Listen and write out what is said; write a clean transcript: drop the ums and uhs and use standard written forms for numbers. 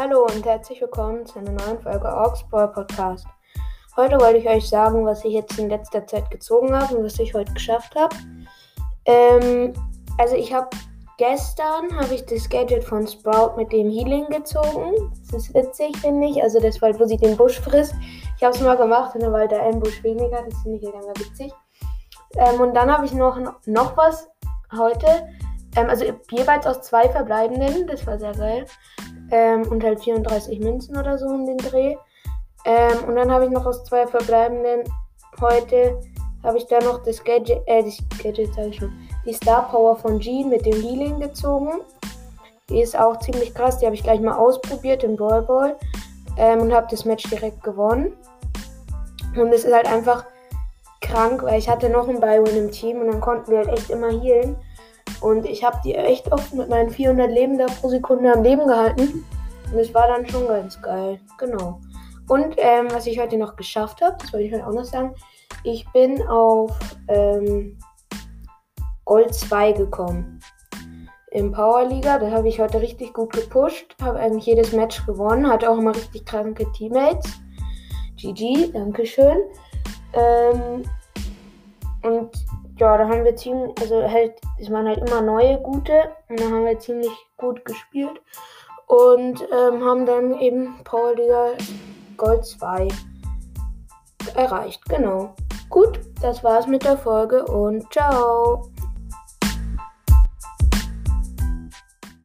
Hallo und herzlich willkommen zu einer neuen Folge Orks Brawl Podcast. Heute wollte ich euch sagen, was ich jetzt in letzter Zeit gezogen habe und was ich heute geschafft habe. Gestern habe ich das Gadget von Sprout mit dem Healing gezogen. Das ist witzig, finde ich. Also das war, wo sie den Busch frisst. Ich habe es mal gemacht und dann war da ein Busch weniger. Das finde ich ja ganz witzig. Und dann habe ich noch was heute. Also jeweils aus 2 verbleibenden. Das war sehr geil. Und halt 34 Münzen oder so in den Dreh. Und dann habe ich noch aus 2 verbleibenden heute habe ich da noch das Gadget sage ich schon, die Star Power von Jean mit dem Healing gezogen. Die ist auch ziemlich krass, die habe ich gleich mal ausprobiert im Brawl Ball und habe das Match direkt gewonnen. Und es ist halt einfach krank, weil ich hatte noch einen Byron im Team und dann konnten wir halt echt immer healen. Und ich habe die echt oft mit meinen 400 Leben da pro Sekunde am Leben gehalten. Und das war dann schon ganz geil. Genau. Und was ich heute noch geschafft habe, das wollte ich heute auch noch sagen, ich bin auf Gold 2 gekommen. Im Powerliga, da habe ich heute richtig gut gepusht, habe eigentlich jedes Match gewonnen, hatte auch immer richtig kranke Teammates. GG, Dankeschön. Und ja, da haben wir es waren halt immer neue gute und da haben wir ziemlich gut gespielt und haben dann eben Powerliga Gold 2 erreicht, genau. Gut, das war's mit der Folge und ciao!